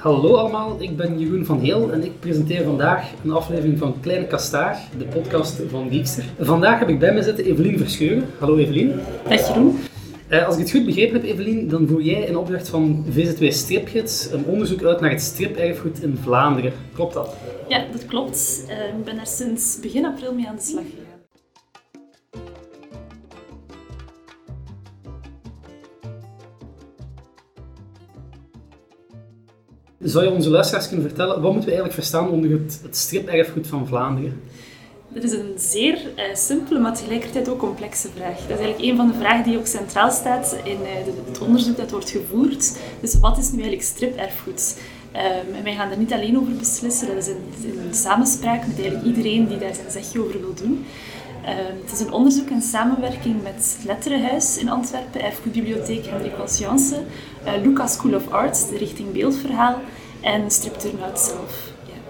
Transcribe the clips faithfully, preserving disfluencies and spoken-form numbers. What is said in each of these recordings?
Hallo allemaal, ik ben Jeroen van Heel en ik presenteer vandaag een aflevering van Kleine Kastaar, de podcast van Geekster. Vandaag heb ik bij me zitten Evelien Verscheuren. Hallo Evelien. Dag Jeroen. Uh, als ik het goed begrepen heb, Evelien, dan voer jij in opdracht van V Z W Stripgids een onderzoek uit naar het striperfgoed in Vlaanderen. Klopt dat? Ja, dat klopt. Uh, ik ben daar sinds begin april mee aan de slag gegaan. Zou je onze luisteraars kunnen vertellen, wat moeten we eigenlijk verstaan onder het, het striperfgoed van Vlaanderen? Dat is een zeer uh, simpele, maar tegelijkertijd ook complexe vraag. Dat is eigenlijk een van de vragen die ook centraal staat in uh, de, het onderzoek dat wordt gevoerd. Dus wat is nu eigenlijk striperfgoed? Um, en wij gaan er niet alleen over beslissen, dat is in, in samenspraak met eigenlijk iedereen die daar zijn zegje over wil doen. Um, het is een onderzoek in samenwerking met het Letterenhuis in Antwerpen, Erfgoedbibliotheek Hendrik Conscience, uh, Lucas School of Arts, de richting beeldverhaal en Stripturnhout zelf.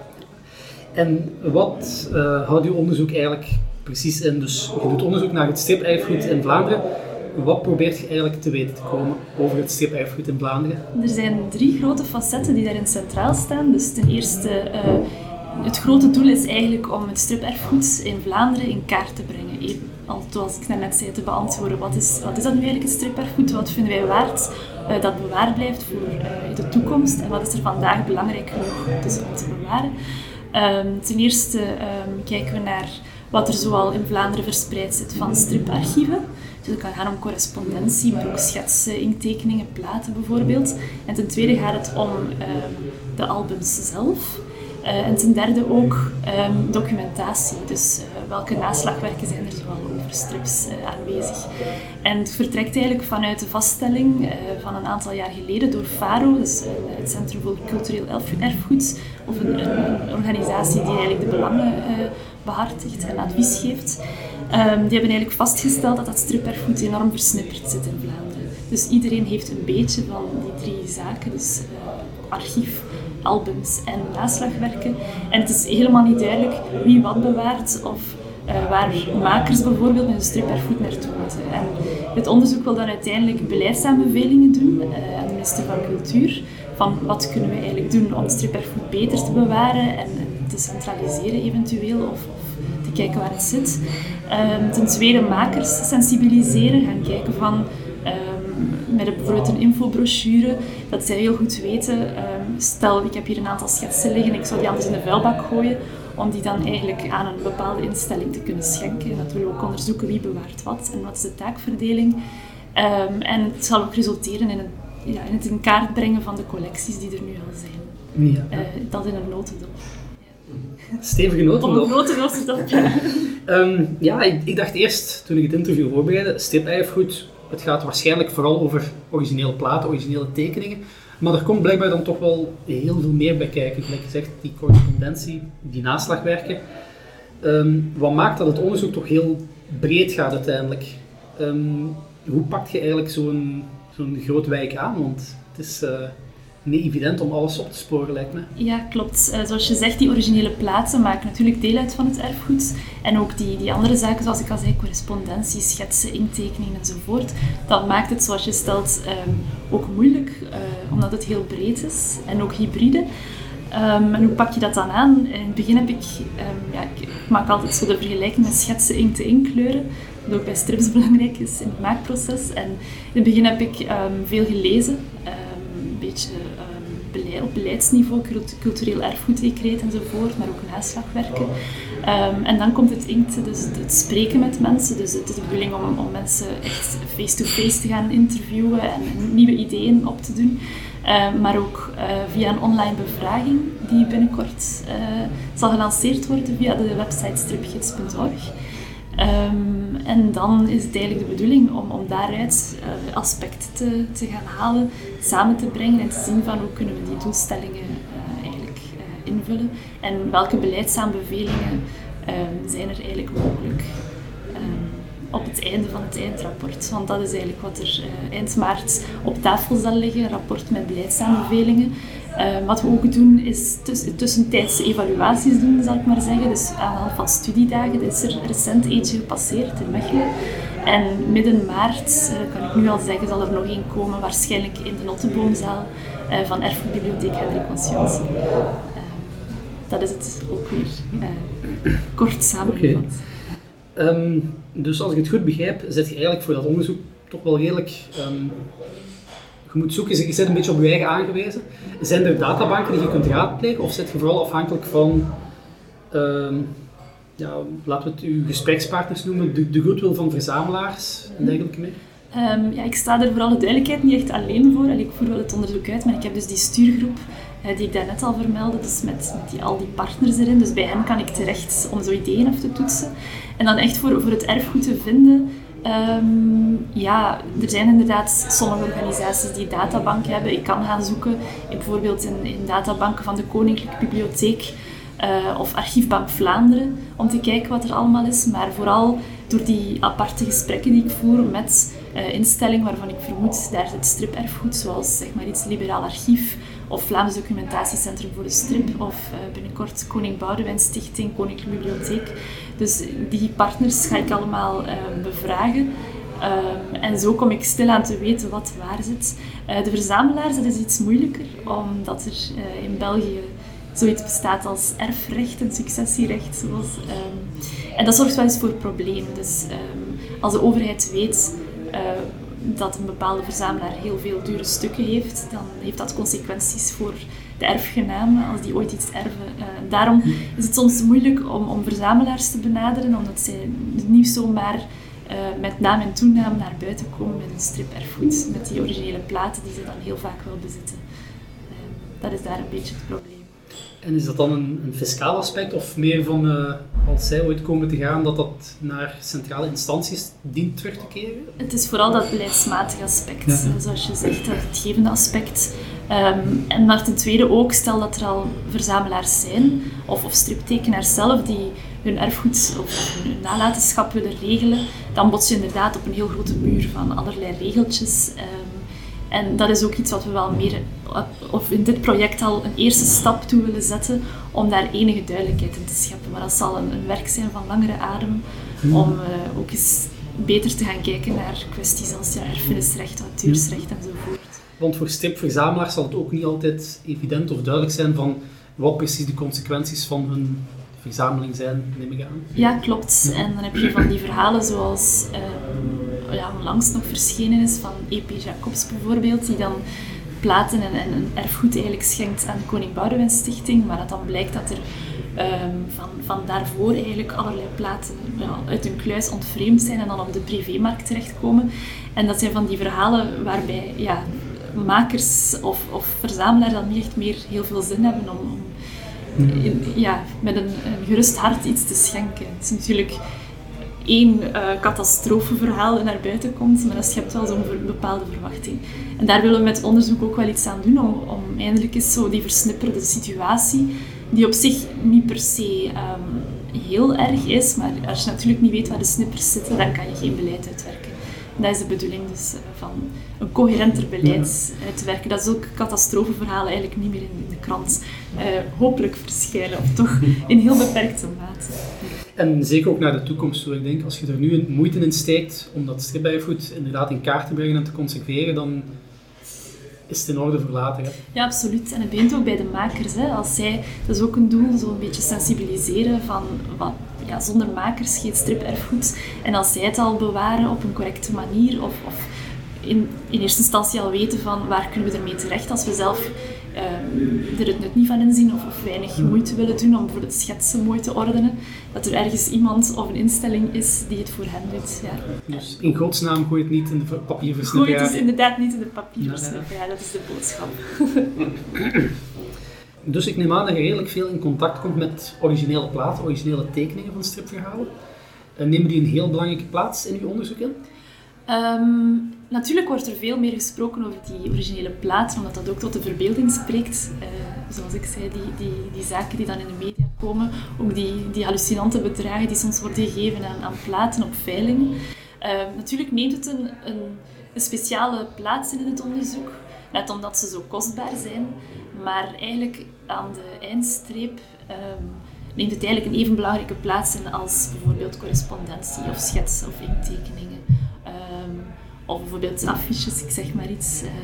En wat uh, houdt uw onderzoek eigenlijk precies in? Dus je doet onderzoek naar het striperfgoed in Vlaanderen. Wat probeert je eigenlijk te weten te komen over het striperfgoed in Vlaanderen? Er zijn drie grote facetten die daarin centraal staan. Dus ten eerste, uh, het grote doel is eigenlijk om het striperfgoed in Vlaanderen in kaart te brengen. Even, al zoals ik net zei, te beantwoorden. Wat is, wat is dat nu eigenlijk, het striperfgoed? Wat vinden wij waard uh, dat bewaard blijft voor uh, de toekomst? En wat is er vandaag belangrijk genoeg dus om te bewaren? Um, ten eerste um, kijken we naar wat er zoal in Vlaanderen verspreid zit van striparchieven. Dus het kan gaan om correspondentie, maar ook schetsen, inktekeningen, platen bijvoorbeeld. En ten tweede gaat het om um, de albums zelf. Uh, en ten derde ook um, documentatie, dus uh, welke naslagwerken zijn er zoal over strips uh, aanwezig. En het vertrekt eigenlijk vanuit de vaststelling uh, van een aantal jaar geleden door FARO, dus uh, het Centrum voor Cultureel Erfgoed, of een, een organisatie die eigenlijk de belangen uh, behartigt en advies geeft. Um, die hebben eigenlijk vastgesteld dat dat striperfgoed enorm versnipperd zit in Vlaanderen. Dus iedereen heeft een beetje van die drie zaken, dus uh, archief, albums en naslagwerken. En het is helemaal niet duidelijk wie wat bewaart of uh, waar makers bijvoorbeeld met hun striperfgoed naartoe moeten. En het onderzoek wil dan uiteindelijk beleidsaanbevelingen doen uh, aan de minister van Cultuur. Van wat kunnen we eigenlijk doen om striperfgoed beter te bewaren en, en te centraliseren eventueel of, of te kijken waar het zit. Um, ten tweede makers sensibiliseren, gaan kijken van um, met een, bijvoorbeeld een infobrochure, dat zij heel goed weten, um, stel ik heb hier een aantal schetsen liggen, ik zou die anders in de vuilbak gooien, om die dan eigenlijk aan een bepaalde instelling te kunnen schenken. En dat willen we ook onderzoeken wie bewaart wat en wat is de taakverdeling. Um, en het zal ook resulteren in, een, ja, in het in kaart brengen van de collecties die er nu al zijn. Ja. Uh, dat in een notendop. Stevige notendop. Een grote notendop, ja. um, ja, ik, ik dacht eerst, toen ik het interview voorbereidde, striperfgoed, het gaat waarschijnlijk vooral over originele platen, originele tekeningen. Maar er komt blijkbaar dan toch wel heel veel meer bij kijken. Gelijk gezegd, die correspondentie, die naslagwerken. Um, wat maakt dat het onderzoek toch heel breed gaat uiteindelijk? Um, hoe pak je eigenlijk zo'n, zo'n groot wijk aan? Want het is uh, niet evident om alles op te sporen, lijkt me. Ja, klopt. Uh, zoals je zegt, die originele platen maken natuurlijk deel uit van het erfgoed. En ook die, die andere zaken, zoals ik al zei, correspondentie, schetsen, inktekeningen enzovoort. Dat maakt het, zoals je stelt, um, ook moeilijk, uh, omdat het heel breed is. En ook hybride. Um, en hoe pak je dat dan aan? In het begin heb ik, um, ja, ik maak altijd zo de vergelijking met schetsen, inkt, inkleuren. Dat ook bij strips belangrijk is in het maakproces. En in het begin heb ik um, veel gelezen. Um, een beetje um, beleid, op beleidsniveau, cultureel erfgoeddecreet enzovoort, maar ook naslagwerken. Um, en dan komt het inkt, dus het spreken met mensen. Dus het is de bedoeling om, om mensen echt face-to-face te gaan interviewen en, en nieuwe ideeën op te doen. Uh, maar ook uh, via een online bevraging die binnenkort uh, zal gelanceerd worden via de website stripgids punt org. Um, en dan is het eigenlijk de bedoeling om, om daaruit uh, aspecten te, te gaan halen, samen te brengen en te zien van hoe kunnen we die doelstellingen uh, eigenlijk uh, invullen en welke beleidsaanbevelingen um, zijn er eigenlijk mogelijk um, op het einde van het eindrapport. Want dat is eigenlijk wat er uh, eind maart op tafel zal liggen, een rapport met beleidsaanbevelingen. Uh, wat we ook doen is tuss- tussentijdse evaluaties doen, zal ik maar zeggen. Dus aan de hand van studiedagen, er is er recent eentje gepasseerd in Mechelen. En midden maart, uh, kan ik nu al zeggen, zal er nog één komen, waarschijnlijk in de Notteboomzaal uh, van Erfgoedbibliotheek Hendrik Conscience. Uh, dat is het ook weer uh, kort samengevat. Okay. Um, dus als ik het goed begrijp, zit je eigenlijk voor dat onderzoek toch wel redelijk... Um, je moet zoeken, je zit een beetje op je eigen aangewezen. Zijn er databanken die je kunt raadplegen of zit je vooral afhankelijk van... Um, ja, laten we het uw gesprekspartners noemen, de, de goodwill van verzamelaars en dergelijke mee? Um, ja, ik sta er voor alle duidelijkheid niet echt alleen voor. Allee, ik voer wel het onderzoek uit, maar ik heb dus die stuurgroep uh, die ik daarnet al vermeldde, dus met, met die, al die partners erin. Dus bij hen kan ik terecht om zo ideeën af te toetsen. En dan echt voor, voor het erfgoed te vinden... Um, ja, er zijn inderdaad sommige organisaties die databanken hebben. Ik kan gaan zoeken in, bijvoorbeeld in, in databanken van de Koninklijke Bibliotheek uh, of Archiefbank Vlaanderen om te kijken wat er allemaal is. Maar vooral door die aparte gesprekken die ik voer met uh, instellingen waarvan ik vermoed, daar zit striperfgoed, zoals zeg maar iets Liberaal Archief of Vlaams Documentatiecentrum voor de Strip of uh, binnenkort Koning Boudewijn Stichting, Koninklijke Bibliotheek. Dus die partners ga ik allemaal uh, bevragen. Um, en zo kom ik stilaan te weten wat waar zit. Uh, de verzamelaars, dat is iets moeilijker, omdat er uh, in België zoiets bestaat als erfrecht en successierecht. Zoals, um, en dat zorgt wel eens voor problemen. Dus um, als de overheid weet uh, dat een bepaalde verzamelaar heel veel dure stukken heeft, dan heeft dat consequenties voor de erfgenamen als die ooit iets erven. Uh, daarom is het soms moeilijk om, om verzamelaars te benaderen, omdat zij niet zomaar uh, met naam en toenaam naar buiten komen met een striperfgoed, met die originele platen die ze dan heel vaak wel bezitten. Uh, dat is daar een beetje het probleem. En is dat dan een, een fiscaal aspect of meer van, uh, als zij ooit komen te gaan, dat dat naar centrale instanties dient terug te keren? Het is vooral dat beleidsmatige aspect, ja. Zoals je zegt, dat hetgevende aspect. Um, en maar ten tweede ook, stel dat er al verzamelaars zijn, of, of striptekenaars zelf, die hun erfgoed of hun nalatenschap willen regelen, dan bots je inderdaad op een heel grote muur van allerlei regeltjes. Um, En dat is ook iets wat we wel meer, of in dit project al een eerste stap toe willen zetten, om daar enige duidelijkheid in te scheppen. Maar dat zal een, een werk zijn van langere adem, om uh, ook eens beter te gaan kijken naar kwesties als ja, erfenisrecht, auteursrecht enzovoort. Want voor stripverzamelaars zal het ook niet altijd evident of duidelijk zijn van wat precies de consequenties van hun verzameling zijn, neem ik aan. Ja, klopt. En dan heb je van die verhalen zoals... Um, ja, onlangs nog verschenen is van E P Jacobs bijvoorbeeld, die dan platen en, en een erfgoed eigenlijk schenkt aan de Koning Boudewijn Stichting, maar dat dan blijkt dat er um, van, van daarvoor eigenlijk allerlei platen ja, uit een kluis ontvreemd zijn en dan op de privémarkt terechtkomen. En dat zijn van die verhalen waarbij ja, makers of, of verzamelaars dan niet echt meer heel veel zin hebben om, om in, ja, met een, een gerust hart iets te schenken. Het is natuurlijk één uh, catastrofeverhaal naar buiten komt, maar dat schept wel zo'n bepaalde verwachting. En daar willen we met onderzoek ook wel iets aan doen, om, om eindelijk eens zo die versnipperde situatie, die op zich niet per se um, heel erg is, maar als je natuurlijk niet weet waar de snippers zitten, dan kan je geen beleid uitwerken. En dat is de bedoeling dus uh, van een coherenter beleid uit te werken. Dat is ook catastrofeverhalen eigenlijk niet meer in, in de krant uh, hopelijk verschijnen, of toch in heel beperkte mate. En zeker ook naar de toekomst toe. Ik denk, als je er nu een moeite in steekt om dat striperfgoed inderdaad in kaart te brengen en te conserveren, dan is het in orde voor later. Hè? Ja, absoluut. En het begint ook bij de makers. Hè. Als zij, dat is ook een doel, zo een beetje sensibiliseren van wat, ja, zonder makers geen striperfgoed. En als zij het al bewaren op een correcte manier, of, of in, in eerste instantie al weten van waar kunnen we ermee terecht als we zelf uh, er het nut niet van inzien of, of weinig moeite willen doen om bijvoorbeeld schetsen mooi te ordenen, dat er ergens iemand of een instelling is die het voor hen doet. Ja. Dus in godsnaam gooi het niet in de papierversnipper. Gooi het dus inderdaad niet in de papierversnipper, ja, dat is de boodschap. Dus ik neem aan dat je redelijk veel in contact komt met originele platen, originele tekeningen van stripverhalen. Nemen die een heel belangrijke plaats in uw onderzoek in? Um, natuurlijk wordt er veel meer gesproken over die originele platen, omdat dat ook tot de verbeelding spreekt. Uh, zoals ik zei, die, die, die zaken die dan in de media komen, ook die, die hallucinante bedragen die soms worden gegeven aan, aan platen op veiling. Uh, natuurlijk neemt het een, een, een speciale plaats in het onderzoek, net omdat ze zo kostbaar zijn, maar eigenlijk aan de eindstreep um, neemt het eigenlijk een even belangrijke plaats in als bijvoorbeeld correspondentie of schets of inktekeningen. of bijvoorbeeld affiches, ik zeg maar iets. Uh,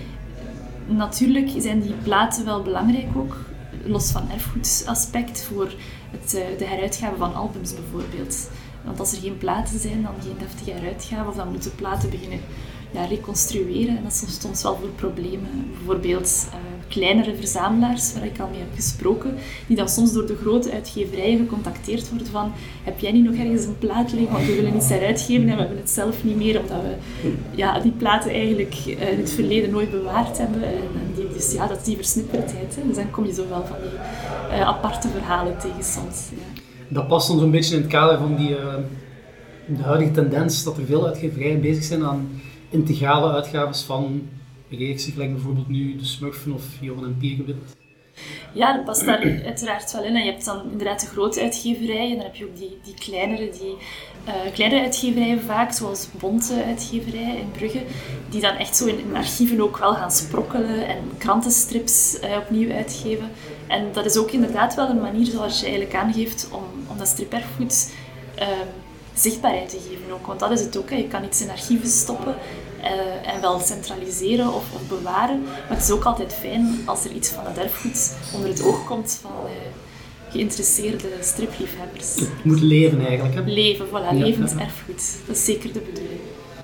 natuurlijk zijn die platen wel belangrijk ook, los van erfgoedsaspect, voor het, uh, de heruitgave van albums bijvoorbeeld. Want als er geen platen zijn, dan geen deftige heruitgave, of dan moeten platen beginnen ja, reconstrueren. En dat soms soms wel voor problemen. Bijvoorbeeld uh, kleinere verzamelaars, waar ik al mee heb gesproken, die dan soms door de grote uitgeverijen gecontacteerd worden van heb jij niet nog ergens een plaat liggen, want we willen iets heruitgeven en we hebben het zelf niet meer, omdat we ja, die platen eigenlijk uh, in het verleden nooit bewaard hebben. En, en die, dus ja, dat is die versnipperdheid. Hè. Dus dan kom je zo wel van die uh, aparte verhalen tegen soms. Ja. Dat past dan zo'n beetje in het kader van die, uh, de huidige tendens dat er veel uitgeverijen bezig zijn aan integrale uitgaves van reeksen, gelijk bijvoorbeeld nu de Smurfen of Johan en Piergebied. Ja, dat past daar uiteraard wel in. En je hebt dan inderdaad de grote uitgeverijen, en dan heb je ook die, die kleinere, die uh, kleinere uitgeverijen vaak, zoals Bonte uitgeverij in Brugge, die dan echt zo in, in archieven ook wel gaan sprokkelen en krantenstrips uh, opnieuw uitgeven. En dat is ook inderdaad wel een manier, zoals je eigenlijk aangeeft, om, om dat striperfgoed uh, zichtbaarheid te geven ook. Want dat is het ook, hè. Je kan iets in archieven stoppen uh, en wel centraliseren of, of bewaren. Maar het is ook altijd fijn als er iets van het erfgoed onder het oog komt van uh, geïnteresseerde stripliefhebbers. Het moet leven eigenlijk, hè? Leven, voilà. Ja, levend ja. erfgoed. Dat is zeker de bedoeling.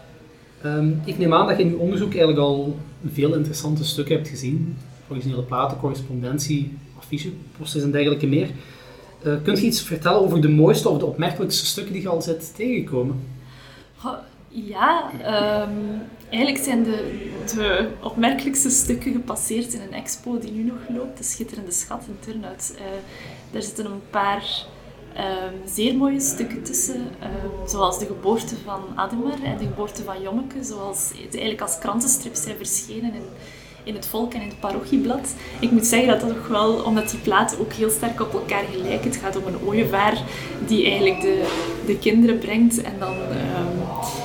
Um, ik neem aan dat je in je onderzoek eigenlijk al veel interessante stukken hebt gezien. Originele platen, correspondentie, affiche, posters en dergelijke meer. Uh, kun je iets vertellen over de mooiste of de opmerkelijkste stukken die je al bent tegengekomen? Oh, ja, um, eigenlijk zijn de, de opmerkelijkste stukken gepasseerd in een expo die nu nog loopt, de Schitterende Schat in Turnhout. Uh, daar zitten een paar um, zeer mooie stukken tussen, um, zoals de geboorte van Ademar en de geboorte van Jommeke, zoals het eigenlijk als krantenstrips zijn verschenen in in het Volk en in het Parochieblad. Ik moet zeggen dat dat toch wel, omdat die platen ook heel sterk op elkaar gelijken. Het gaat om een ooievaar die eigenlijk de, de kinderen brengt en dan um,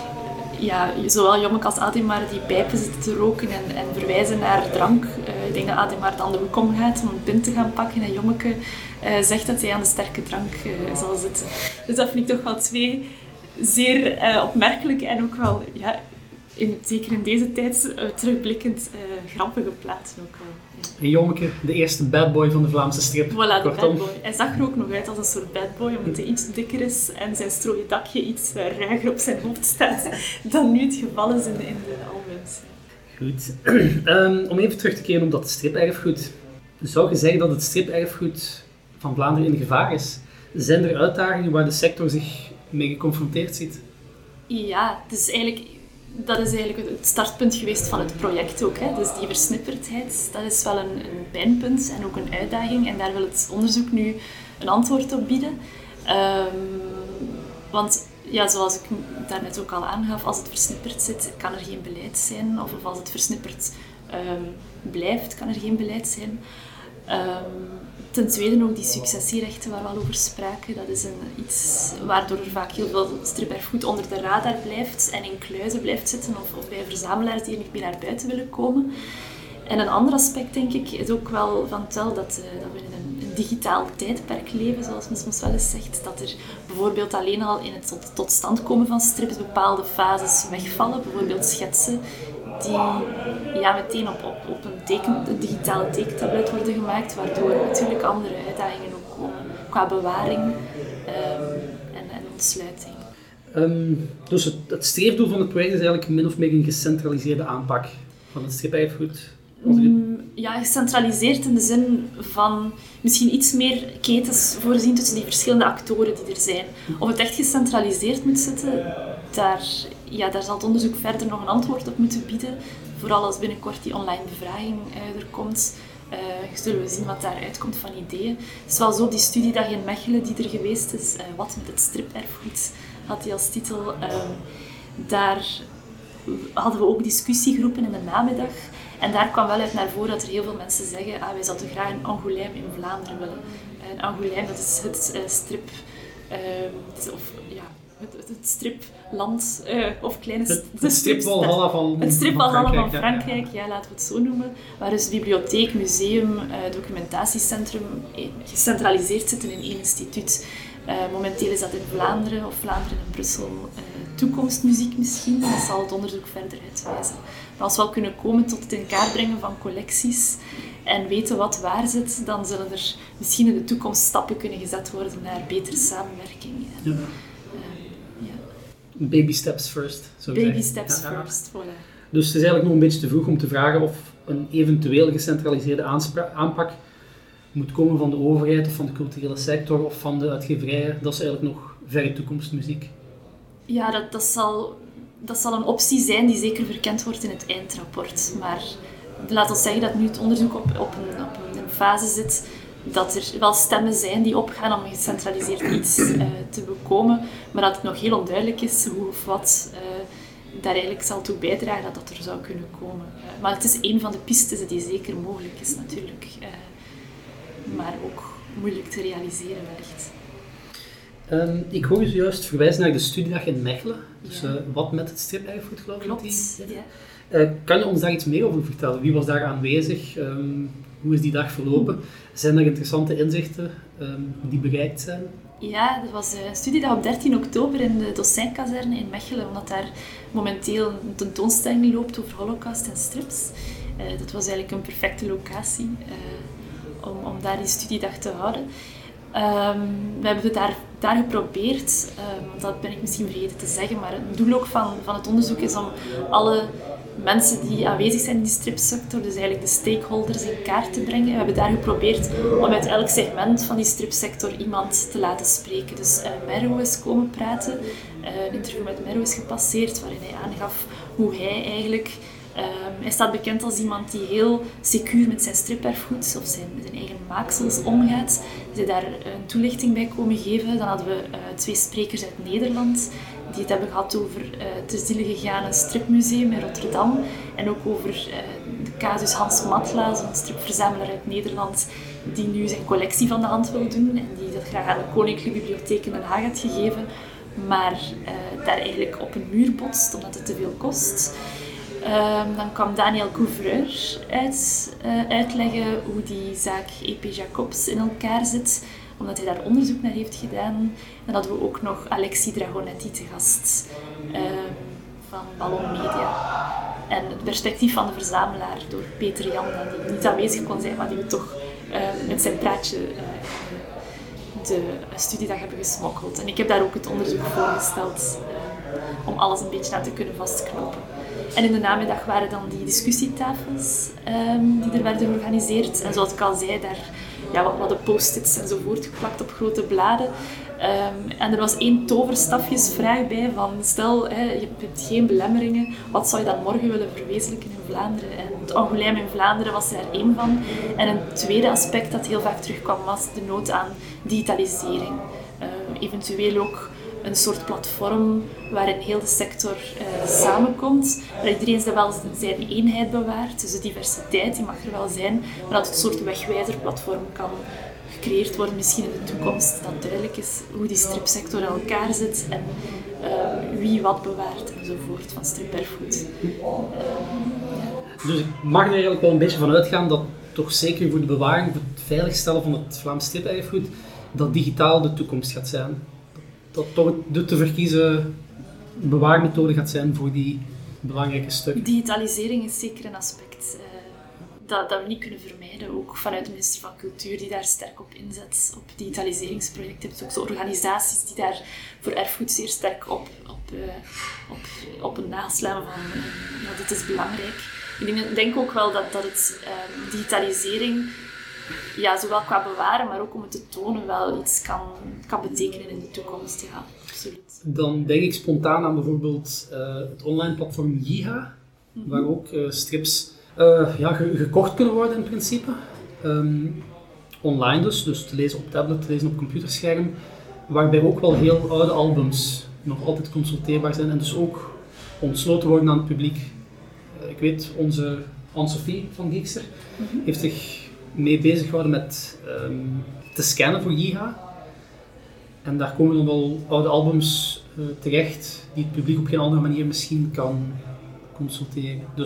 ja, zowel Jommeke als Ademar die pijpen zitten te roken en, en verwijzen naar drank. Uh, ik denk dat Ademar dan de hoek omgaat om een pint te gaan pakken en Jommeke uh, zegt dat hij aan de sterke drank uh, zal zitten. Dus dat vind ik toch wel twee zeer uh, opmerkelijke en ook wel ja, In, zeker in deze tijd uh, terugblikkend uh, grappige plaatsen ook wel. Ja. En Jommeke, de eerste bad boy van de Vlaamse strip. Voilà, de bad boy. Hij zag er ook nog uit als een soort bad boy, omdat hij iets dikker is en zijn strooien dakje iets uh, ruiger op zijn hoofd staat dan nu het geval is in de, in de albums. Goed. um, om even terug te keren op dat striperfgoed. Zou je zeggen dat het striperfgoed van Vlaanderen in gevaar is? Zijn er uitdagingen waar de sector zich mee geconfronteerd ziet? Ja, het is eigenlijk... Dat is eigenlijk het startpunt geweest van het project ook. Hè. Dus die versnipperdheid, dat is wel een, een pijnpunt en ook een uitdaging. En daar wil het onderzoek nu een antwoord op bieden. Um, want ja, zoals ik daarnet ook al aangaf, als het versnipperd zit, kan er geen beleid zijn. Of, of als het versnipperd um, blijft, kan er geen beleid zijn. Um, ten tweede ook die successierechten waar we al over spraken. Dat is een, iets waardoor er vaak heel veel striperfgoed onder de radar blijft en in kluizen blijft zitten of, of bij verzamelaars die er niet meer naar buiten willen komen. En een ander aspect, denk ik, is ook wel van tel dat, uh, dat we in een, een digitaal tijdperk leven, zoals men soms wel eens zegt. Dat er bijvoorbeeld alleen al in het tot, tot stand komen van strips bepaalde fases wegvallen. Bijvoorbeeld schetsen die ja, meteen op, op, op een, teken, een digitale tekentablet worden gemaakt, waardoor natuurlijk andere uitdagingen ook komen qua bewaring um, en, en ontsluiting. Um, dus het, het streefdoel van het project is eigenlijk min of meer een gecentraliseerde aanpak van het striperfgoed? Mm, ja, gecentraliseerd in de zin van misschien iets meer ketens voorzien tussen die verschillende actoren die er zijn. Of het echt gecentraliseerd moet zitten, daar, ja, daar zal het onderzoek verder nog een antwoord op moeten bieden. Vooral als binnenkort die online bevraging uh, er komt, uh, zullen we zien wat daaruit komt van ideeën. Het is wel zo, die studiedag in Mechelen die er geweest is, uh, wat met het striperfgoed, had die als titel. Uh, daar hadden we ook discussiegroepen in de namiddag. En daar kwam wel uit naar voren dat er heel veel mensen zeggen ah, wij zouden graag een Angoulême in Vlaanderen willen. Een Angoulême, dat is het uh, strip... Uh, het is, of, ja, het, het, het stripland, uh, of kleine... Het, het stripwalhalla van, het stripwalhalla van Frankrijk, Frankrijk, ja. Ja, laten we het zo noemen. Waar dus bibliotheek, museum, uh, documentatiecentrum gecentraliseerd zitten in één instituut. Uh, momenteel is dat in Vlaanderen of Vlaanderen en Brussel uh, toekomstmuziek misschien. Dat zal het onderzoek verder uitwijzen. Maar als we al kunnen komen tot het in kaart brengen van collecties en weten wat waar zit, dan zullen er misschien in de toekomst stappen kunnen gezet worden naar betere samenwerking. En, ja. uh, ja. Baby steps first. Baby zeggen. steps ja, ja. first, voilà. Dus het is eigenlijk nog een beetje te vroeg om te vragen of een eventueel gecentraliseerde aanspra- aanpak moet komen van de overheid of van de culturele sector of van de uitgeverijen. Dat is eigenlijk nog verre toekomstmuziek. Ja, dat, dat, zal, dat zal een optie zijn die zeker verkend wordt in het eindrapport. Maar laat ons zeggen dat nu het onderzoek op, op, een, op een fase zit dat er wel stemmen zijn die opgaan om gecentraliseerd iets uh, te bekomen, maar dat het nog heel onduidelijk is hoe of wat uh, daar eigenlijk zal toe bijdragen dat dat er zou kunnen komen. Uh, maar het is een van de pistes die zeker mogelijk is natuurlijk. Uh, maar ook moeilijk te realiseren wellicht. Um, ik hoor je zojuist verwijzen naar de studiedag in Mechelen. Dus ja. uh, wat met het striperfgoed, geloof ik. Klopt, die... ja. Uh, kan je ons daar iets meer over vertellen? Wie was daar aanwezig? Um, hoe is die dag verlopen? Zijn er interessante inzichten um, die bereikt zijn? Ja, dat was een studiedag op dertien oktober in de Docijnkazerne in Mechelen, omdat daar momenteel een tentoonstelling loopt over Holocaust en strips. Uh, dat was eigenlijk een perfecte locatie uh, om, om daar die studiedag te houden. Um, we hebben het daar, daar geprobeerd, um, want dat ben ik misschien vergeten te zeggen, maar het doel ook van, van het onderzoek is om alle mensen die aanwezig zijn in die stripsector, dus eigenlijk de stakeholders in kaart te brengen. We hebben daar geprobeerd om uit elk segment van die stripsector iemand te laten spreken. Dus uh, Merro is komen praten, uh, een interview met Merro is gepasseerd, waarin hij aangaf hoe hij eigenlijk... Um, hij staat bekend als iemand die heel secuur met zijn striperfgoed of zijn, zijn eigen maaksels omgaat. Hij is daar een toelichting bij komen geven. Dan hadden we uh, twee sprekers uit Nederland die het hebben gehad over uh, het te ziele gegaan stripmuseum in Rotterdam en ook over uh, de casus Hans Matla, zo'n stripverzamelaar uit Nederland die nu zijn collectie van de hand wil doen en die dat graag aan de Koninklijke Bibliotheek in Den Haag had gegeven, maar uh, daar eigenlijk op een muur botst omdat het te veel kost. Um, dan kwam Daniel Couvreur uit, uh, uitleggen hoe die zaak E P Jacobs in elkaar zit, omdat hij daar onderzoek naar heeft gedaan. Dan hadden we ook nog Alexis Dragonetti te gast um, van Ballon Media. En het perspectief van de verzamelaar door Peter Jan, die niet aanwezig kon zijn, maar die we toch uh, met zijn praatje uh, de studiedag hebben gesmokkeld. En ik heb daar ook het onderzoek voorgesteld uh, om alles een beetje aan te kunnen vastknopen. En in de namiddag waren dan die discussietafels um, die er werden georganiseerd. En zoals ik al zei, daar ja, wat, wat de post-its enzovoort geplakt op grote bladen. Um, en er was één toverstafjesvraag bij van stel, hè, je hebt geen belemmeringen, wat zou je dan morgen willen verwezenlijken in Vlaanderen? En het Angoulême in Vlaanderen was daar één van. En een tweede aspect dat heel vaak terugkwam was de nood aan digitalisering. Um, eventueel ook een soort platform waarin heel de sector uh, samenkomt, waar iedereen wel zijn eenheid bewaart, dus de diversiteit die mag er wel zijn, maar dat het een soort wegwijzerplatform kan gecreëerd worden, misschien in de toekomst, dat duidelijk is hoe die stripsector in elkaar zit en uh, wie wat bewaart enzovoort van striperfgoed. Uh, ja. Dus ik mag er eigenlijk wel een beetje van uitgaan dat toch zeker voor de bewaring, voor het veiligstellen van het Vlaams striperfgoed, dat digitaal de toekomst gaat zijn. Dat toch de te verkiezen bewaarmethode gaat zijn voor die belangrijke stukken. Digitalisering is zeker een aspect uh, dat, dat we niet kunnen vermijden. Ook vanuit de minister van Cultuur die daar sterk op inzet, op digitaliseringsprojecten. Je hebt ook zo organisaties die daar voor erfgoed zeer sterk op, op, uh, op, op een naslaan van uh, ja, dit is belangrijk. Ik denk, denk ook wel dat, dat het uh, digitalisering... Ja, zowel qua bewaren, maar ook om het te tonen wel iets kan, kan betekenen in de toekomst. Ja, absoluut. Dan denk ik spontaan aan bijvoorbeeld uh, het online platform Yiha, mm-hmm. waar ook uh, strips uh, ja, ge- gekocht kunnen worden in principe. Um, online dus, dus te lezen op tablet, te lezen op computerscherm, waarbij ook wel heel oude albums nog altijd consulteerbaar zijn en dus ook ontsloten worden aan het publiek. Uh, ik weet, onze Anne-Sophie van Geekster mm-hmm. heeft zich mee bezig gehouden met um, te scannen voor Yiha. En daar komen dan wel oude albums uh, terecht die het publiek op geen andere manier misschien kan consulteren. Dus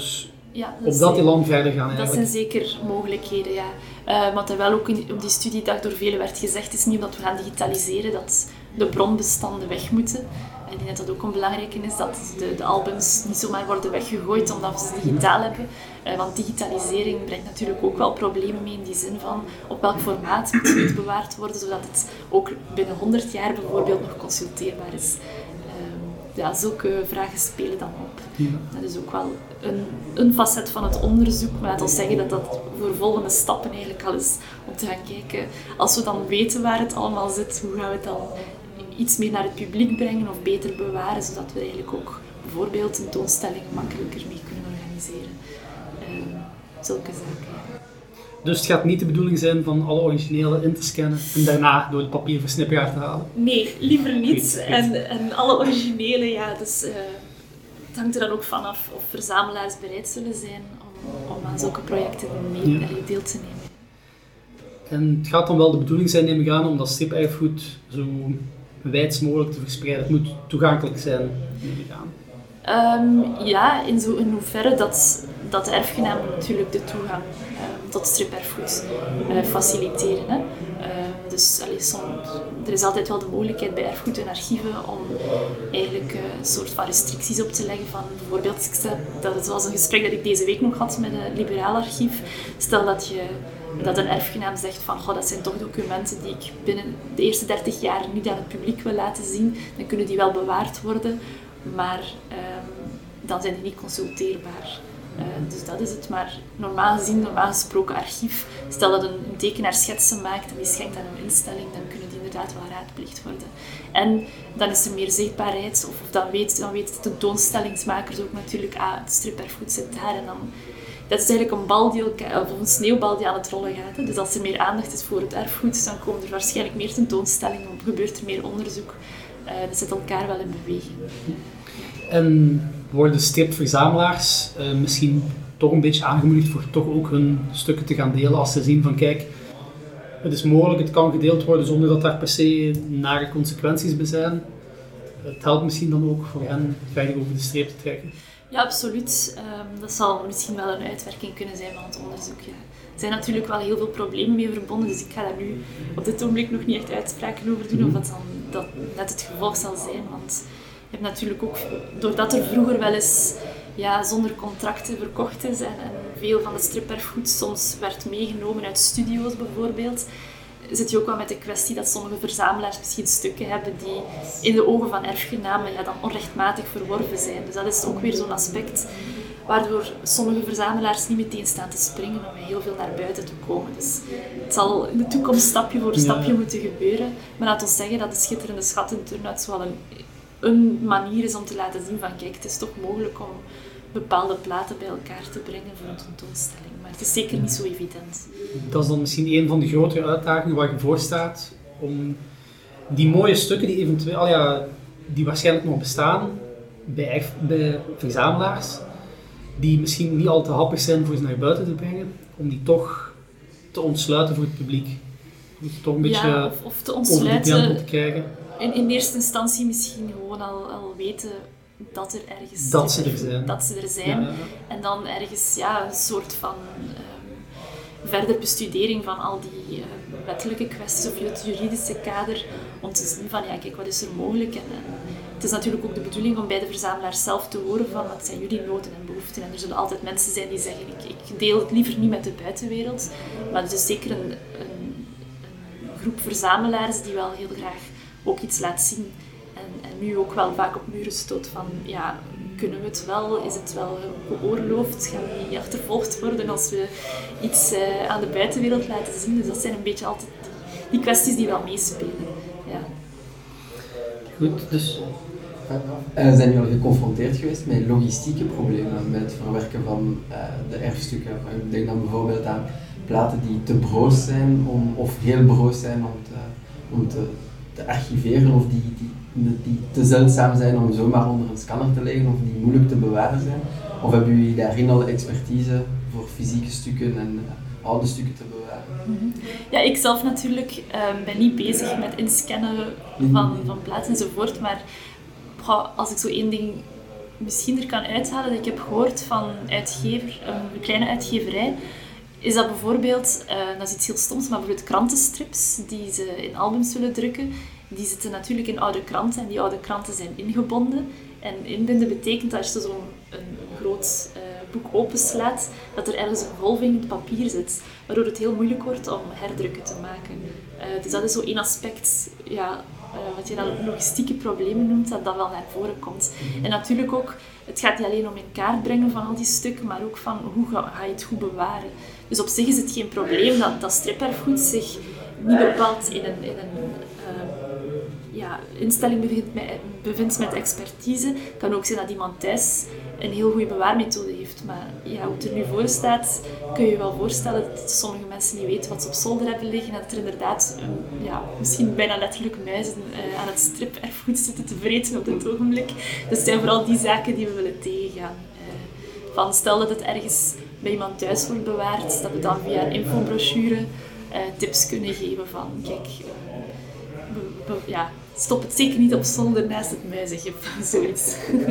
Ja, dat op dat zijn, elan verder gaan eigenlijk. Dat zijn zeker mogelijkheden, ja. Uh, wat er wel ook in, op die studiedag door velen werd gezegd, is niet omdat we gaan digitaliseren dat de bronbestanden weg moeten. Ik denk dat dat ook een belangrijke is, dat de, de albums niet zomaar worden weggegooid omdat we ze digitaal hebben. Uh, want digitalisering brengt natuurlijk ook wel problemen mee in die zin van op welk formaat moet het bewaard worden, zodat het ook binnen honderd jaar bijvoorbeeld nog consulteerbaar is. Uh, ja, zulke vragen spelen dan op. Ja. Dat is ook wel een, een facet van het onderzoek, maar laat ons zeggen dat dat voor volgende stappen eigenlijk al is om te gaan kijken. Als we dan weten waar het allemaal zit, hoe gaan we het dan iets meer naar het publiek brengen of beter bewaren, zodat we eigenlijk ook bijvoorbeeld tentoonstellingen makkelijker mee kunnen organiseren. Uh, zulke zaken. Dus het gaat niet de bedoeling zijn van alle originele in te scannen en daarna door de papierversnipperaar te halen? Nee, liever niet. En, en alle originele, ja, dus uh, het hangt er dan ook vanaf of verzamelaars bereid zullen zijn om, om aan zulke projecten mee ja. deel te nemen. En het gaat dan wel de bedoeling zijn, neem ik aan, om dat strip-erfgoed zo wijd mogelijk te verspreiden. Het moet toegankelijk zijn, neem ik aan. Um, ja, in, zo, in hoeverre dat, dat de erfgenamen natuurlijk de toegang uh, tot strip-erfgoed uh, faciliteren. Hè. Uh, dus allee, som, er is altijd wel de mogelijkheid bij erfgoed en archieven om eigenlijk uh, een soort van restricties op te leggen. Van bijvoorbeeld, dat was een gesprek dat ik deze week nog had met een liberaal archief. Stel dat je dat een erfgenaam zegt van goh, dat zijn toch documenten die ik binnen de eerste dertig jaar niet aan het publiek wil laten zien, dan kunnen die wel bewaard worden, maar um, dan zijn die niet consulteerbaar. Uh, dus dat is het. Maar normaal gezien, normaal gesproken archief, stel dat een, een tekenaar schetsen maakt en die schenkt aan een instelling, dan kunnen die inderdaad wel raadpleegd worden. En dan is er meer zichtbaarheid, of, of dan, weet, dan weten de tentoonstellingsmakers ook natuurlijk, ah, het strip-erfgoed zit daar en dan. Dat is eigenlijk een, bal die elkaar, of een sneeuwbal die aan het rollen gaat. Hè. Dus als er meer aandacht is voor het erfgoed, dan komen er waarschijnlijk meer tentoonstellingen, of gebeurt er meer onderzoek. Uh, dat zet elkaar wel in beweging. En worden stripverzamelaars uh, misschien toch een beetje aangemoedigd voor toch ook hun stukken te gaan delen als ze zien van kijk, het is mogelijk, het kan gedeeld worden zonder dat daar per se nare consequenties bij zijn. Het helpt misschien dan ook voor hen verder over de streep te trekken. Ja, absoluut. Um, dat zal misschien wel een uitwerking kunnen zijn van het onderzoek. Ja. Er zijn natuurlijk wel heel veel problemen mee verbonden, dus ik ga daar nu op dit ogenblik nog niet echt uitspraken over doen, mm-hmm. of dat dan dat net het gevolg zal zijn. Want je hebt natuurlijk ook, doordat er vroeger wel eens ja, zonder contracten verkocht is en, en veel van het strip-erfgoed soms werd meegenomen uit studio's bijvoorbeeld, zit je ook wel met de kwestie dat sommige verzamelaars misschien stukken hebben die in de ogen van erfgenamen ja, dan onrechtmatig verworven zijn. Dus dat is ook weer zo'n aspect waardoor sommige verzamelaars niet meteen staan te springen om heel veel naar buiten te komen. Dus het zal in de toekomst stapje voor stapje ja. moeten gebeuren. Maar laat ons zeggen dat de schitterende schatten turnuit wel een, een manier is om te laten zien van kijk, het is toch mogelijk om bepaalde platen bij elkaar te brengen voor een tentoonstelling. Maar het is zeker niet zo evident. Dat is dan misschien een van de grotere uitdagingen waar je voor staat, om die mooie stukken die eventueel, al ja, die waarschijnlijk nog bestaan bij, bij verzamelaars, die misschien niet al te happig zijn voor ze naar buiten te brengen, om die toch te ontsluiten voor het publiek. Dus toch een beetje ja, of, of te ontsluiten, over de drempel te krijgen. In, in eerste instantie misschien gewoon al, al weten dat er ergens dat ze er zijn. Dat ze er zijn. Ja. En dan ergens ja, een soort van um, verder bestudering van al die uh, wettelijke kwesties of het juridische kader, om te zien van ja, kijk, wat is er mogelijk. En, en het is natuurlijk ook de bedoeling om bij de verzamelaars zelf te horen van wat zijn jullie noden en behoeften. En er zullen altijd mensen zijn die zeggen, ik, ik deel het liever niet met de buitenwereld. Maar er is zeker een, een, een groep verzamelaars die wel heel graag ook iets laat zien. En, en nu ook wel vaak op muren stoot van, ja, kunnen we het wel? Is het wel geoorloofd? Gaan we niet achtervolgd worden als we iets uh, aan de buitenwereld laten zien? Dus dat zijn een beetje altijd die, die kwesties die wel meespelen. Ja. Goed, dus... Uh, zijn jullie al geconfronteerd geweest met logistieke problemen met het verwerken van uh, de erfstukken? Ik denk dan bijvoorbeeld aan platen die te broos zijn om, of heel broos zijn om te, om te, te archiveren, of die, die, die te zeldzaam zijn om zomaar onder een scanner te leggen, of die moeilijk te bewaren zijn. Of hebben jullie daarin al expertise voor fysieke stukken en uh, oude stukken te bewaren? Mm-hmm. Ja, ik zelf natuurlijk uh, ben niet bezig met inscannen van, van platen enzovoort, maar goh, als ik zo één ding misschien er kan uithalen dat ik heb gehoord van uitgever, een kleine uitgeverij, is dat bijvoorbeeld, uh, dat is iets heel stoms, maar bijvoorbeeld krantenstrips die ze in albums willen drukken, die zitten natuurlijk in oude kranten en die oude kranten zijn ingebonden. En inbinden betekent dat als je zo'n een groot uh, boek openslaat, dat er ergens een golving in het papier zit, waardoor het heel moeilijk wordt om herdrukken te maken. Uh, dus dat is zo één aspect, ja, uh, wat je dan logistieke problemen noemt, dat dat wel naar voren komt. En natuurlijk ook, het gaat niet alleen om in kaart brengen van al die stukken, maar ook van hoe ga, ga je het goed bewaren. Dus op zich is het geen probleem dat, dat striperfgoed zich niet bepaald in een, in een uh, ja, instelling bevindt met, bevindt met expertise. Het kan ook zijn dat iemand thuis een heel goede bewaarmethode heeft. Maar ja, hoe het er nu voor staat, kun je je wel voorstellen dat sommige mensen niet weten wat ze op zolder hebben liggen. En dat er inderdaad um, ja, misschien bijna letterlijk muizen uh, aan het striperfgoed zitten te vreten op dit ogenblik. Dus het zijn vooral die zaken die we willen tegengaan. Uh, van stel dat het ergens bij iemand thuis wordt bewaard, dat we dan via een infobrochure uh, tips kunnen geven van kijk, uh, we, we, ja, stop het zeker niet op zolder naast het muizengif, zoiets.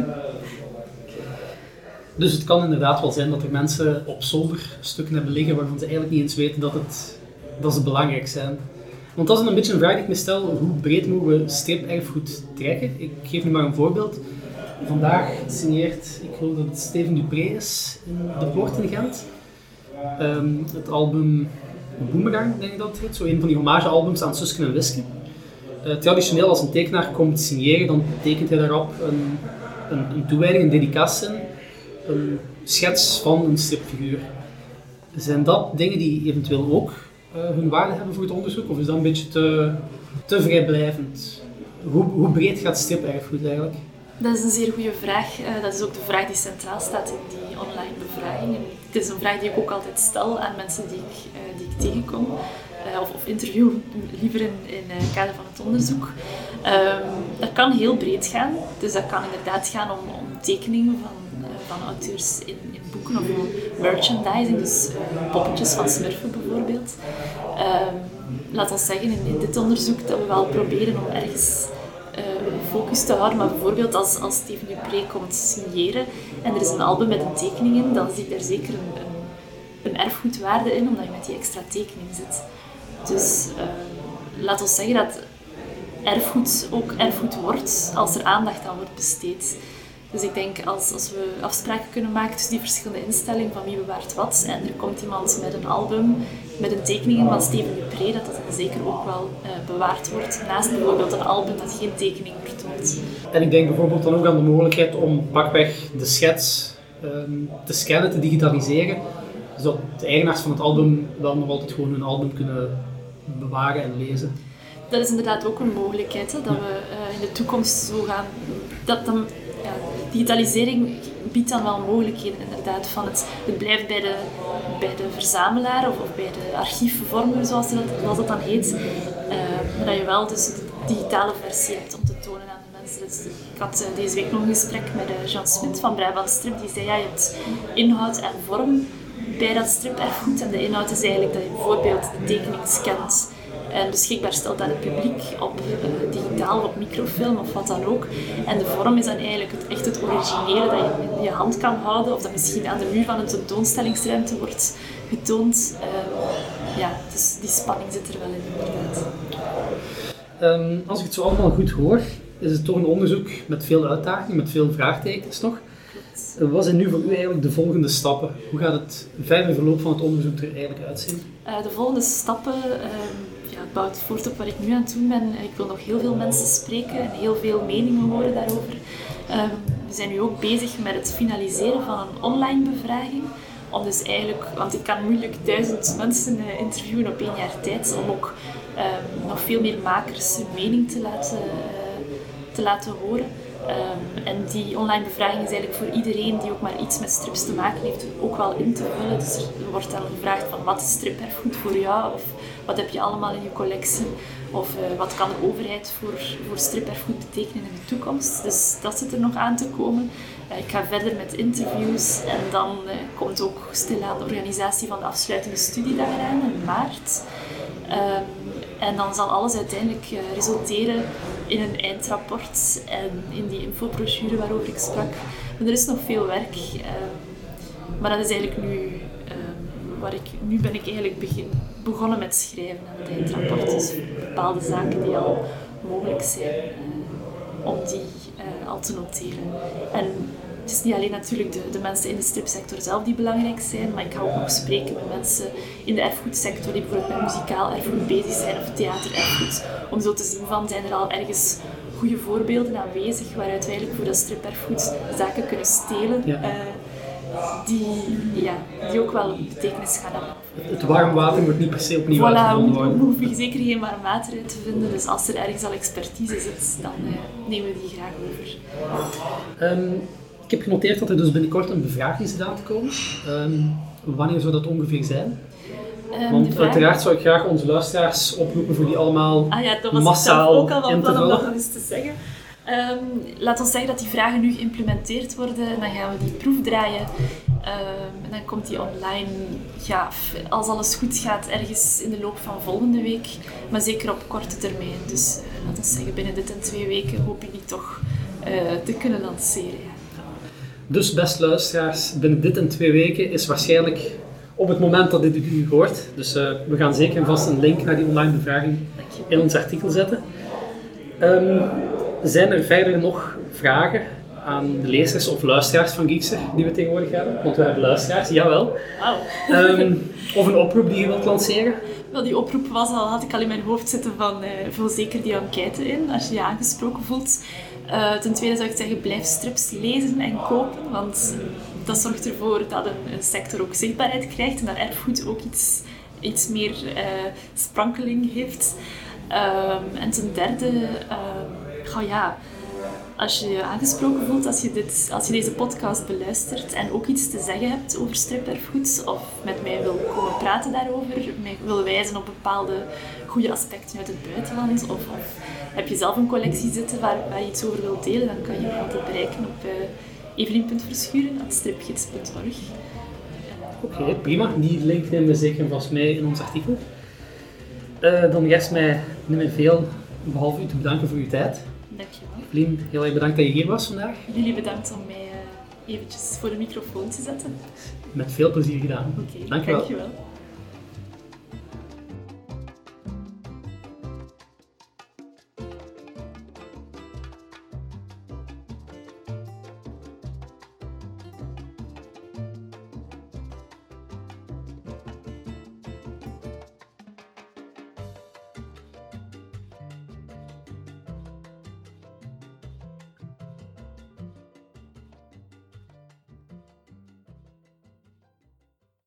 Dus het kan inderdaad wel zijn dat er mensen op zolder stukken hebben liggen waarvan ze eigenlijk niet eens weten dat, het, dat ze belangrijk zijn. Want dat is een beetje een vraag die ik me stel, hoe breed mogen we striperfgoed trekken? Ik geef nu maar een voorbeeld. Vandaag signeert, ik geloof dat het Steven Dupré is, in De Poort in Gent. Um, het album Boomerang, denk ik dat het heet. Zo een van die hommagealbums aan Suske en Wiske. Uh, traditioneel, als een tekenaar komt signeren, dan tekent hij daarop een, een, een toewijding, een dedicatie, een schets van een stripfiguur. Zijn dat dingen die eventueel ook uh, hun waarde hebben voor het onderzoek, of is dat een beetje te, te vrijblijvend? Hoe, hoe breed gaat striperfgoed eigenlijk? Dat is een zeer goede vraag. Uh, dat is ook de vraag die centraal staat in die online bevraging. En het is een vraag die ik ook altijd stel aan mensen die ik, uh, die ik tegenkom. Uh, of, of interview, liever in het uh, kader van het onderzoek. Um, dat kan heel breed gaan. Dus dat kan inderdaad gaan om, om tekeningen van, uh, van auteurs in, in boeken of om merchandising. Dus uh, poppetjes van Smurfen bijvoorbeeld. Um, laat ons zeggen in, in dit onderzoek dat we wel proberen om ergens Uh, focus te houden, maar bijvoorbeeld als, als Steven Dupré komt signeren en er is een album met een tekening in, dan zie ik daar zeker een, een, een erfgoedwaarde in, omdat je met die extra tekening zit. Dus uh, laat ons zeggen dat erfgoed ook erfgoed wordt als er aandacht aan wordt besteed. Dus ik denk als, als we afspraken kunnen maken tussen die verschillende instellingen van wie bewaart wat en er komt iemand met een album met een tekening van Steven Dupré, dat dat dan zeker ook wel uh, bewaard wordt, naast bijvoorbeeld een album dat geen tekening vertoont. En ik denk bijvoorbeeld dan ook aan de mogelijkheid om pakweg de schets um, te scannen, te digitaliseren, zodat de eigenaars van het album dan nog altijd gewoon hun album kunnen bewaren en lezen. Dat is inderdaad ook een mogelijkheid, hè, dat we uh, in de toekomst zo gaan... Dat dan, ja, digitalisering biedt dan wel mogelijkheden inderdaad van het, het blijft bij de, bij de verzamelaar of, of bij de archiefvormer zoals dat, zoals dat dan heet, uh, maar dat je wel dus de digitale versie hebt om te tonen aan de mensen. Dus ik had uh, deze week nog een gesprek met uh, Jean Smit van Brabant Strip, die zei ja, je hebt inhoud en vorm bij dat striperfgoed en de inhoud is eigenlijk dat je bijvoorbeeld de tekening scant en beschikbaar stelt aan het publiek op uh, digitaal, op microfilm of wat dan ook. En de vorm is dan eigenlijk het, echt het originele dat je in je hand kan houden of dat misschien aan de muur van een tentoonstellingsruimte wordt getoond. Uh, ja, dus die spanning zit er wel in inderdaad. Um, als ik het zo allemaal goed hoor, is het toch een onderzoek met veel uitdagingen, met veel vraagtekens nog. Uh, wat zijn nu voor u eigenlijk de volgende stappen? Hoe gaat het verdere verloop van het onderzoek er eigenlijk uitzien? Uh, de volgende stappen... Uh, Ja, het bouwt voort op wat ik nu aan het doen ben. Ik wil nog heel veel mensen spreken en heel veel meningen horen daarover. Um, we zijn nu ook bezig met het finaliseren van een online bevraging. Om dus eigenlijk, want ik kan moeilijk duizend mensen uh, interviewen op één jaar tijd, om ook um, nog veel meer makers hun mening te laten, uh, te laten horen. Um, en die online bevraging is eigenlijk voor iedereen die ook maar iets met strips te maken heeft, ook wel in te vullen. Dus er wordt dan gevraagd van wat is striperfgoed voor jou, of wat heb je allemaal in je collectie, of uh, wat kan de overheid voor, voor striperfgoed betekenen in de toekomst. Dus dat zit er nog aan te komen. Uh, ik ga verder met interviews en dan uh, komt ook stilaan de organisatie van de afsluitende studiedag eraan in maart. Um, en dan zal alles uiteindelijk uh, resulteren in een eindrapport en in die infobrochure waarover ik sprak, Maar er is nog veel werk. Uh, maar dat is eigenlijk nu... Uh, waar ik, nu ben ik eigenlijk begin, begonnen met schrijven aan het eindrapport. Dus bepaalde zaken die al mogelijk zijn, uh, om die uh, al te noteren. En het is niet alleen natuurlijk de, de mensen in de stripsector zelf die belangrijk zijn, maar ik ga ook nog spreken met mensen in de erfgoedsector die bijvoorbeeld met muzikaal erfgoed bezig zijn of theatererfgoed. Om zo te zien van, zijn er al ergens goede voorbeelden aanwezig waaruit we eigenlijk voor dat striperfgoed zaken kunnen stelen. Ja. Uh, Die, ja, die ook wel betekenis gaan hebben. Het warm water moet niet per se opnieuw voilà, uitgevonden worden. we hoeven zeker geen warm water uit te vinden, dus als er ergens al expertise zit, dan uh, nemen we die graag over. Um, ik heb genoteerd dat er dus binnenkort een bevraging is aan te komen. Um, wanneer zou dat ongeveer zijn? Um, Want vraag... uiteraard zou ik graag onze luisteraars oproepen voor die allemaal ah, ja, dat was massaal ook al in te van om vullen. nog eens te zeggen. Um, laat ons zeggen dat die vragen nu geïmplementeerd worden, dan gaan we die proef draaien um, en dan komt die online, ja, als alles goed gaat, ergens in de loop van volgende week, maar zeker op korte termijn. Dus uh, laat ons zeggen, binnen dit en twee weken hoop ik die toch uh, te kunnen lanceren. Ja. Dus beste luisteraars, binnen dit en twee weken is waarschijnlijk op het moment dat dit u hoort, dus uh, we gaan zeker en vast een link naar die online bevraging in ons artikel zetten. Um, Zijn er verder nog vragen aan de lezers of luisteraars van Geekster die we tegenwoordig hebben? Want we hebben luisteraars, jawel. Wow. Um, of een oproep die je wilt lanceren? Wel, die oproep was al, had ik al in mijn hoofd zitten van uh, vul zeker die enquête in als je je aangesproken voelt. Uh, ten tweede zou ik zeggen, blijf strips lezen en kopen, want dat zorgt ervoor dat een, een sector ook zichtbaarheid krijgt en dat erfgoed ook iets, iets meer uh, sprankeling heeft. Um, en ten derde... Um, Oh ja, als je je aangesproken voelt, als je, dit, als je deze podcast beluistert en ook iets te zeggen hebt over striperfgoed of met mij wil komen praten daarover, mij wil wijzen op bepaalde goede aspecten uit het buitenland of, of heb je zelf een collectie zitten waar, waar je iets over wilt delen, dan kan je me altijd bereiken op uh, evelien punt verschuren apenstaartje stripgids punt org. Oké, okay, prima. Die link nemen we zeker vast mee in ons artikel. Uh, dan rest mij niet meer veel, behalve u te bedanken voor uw tijd. Dankjewel. Evelien, heel erg bedankt dat je hier was vandaag. Jullie bedankt om mij uh, eventjes voor de microfoon te zetten. Met veel plezier gedaan. Oké, okay, dankjewel. dankjewel.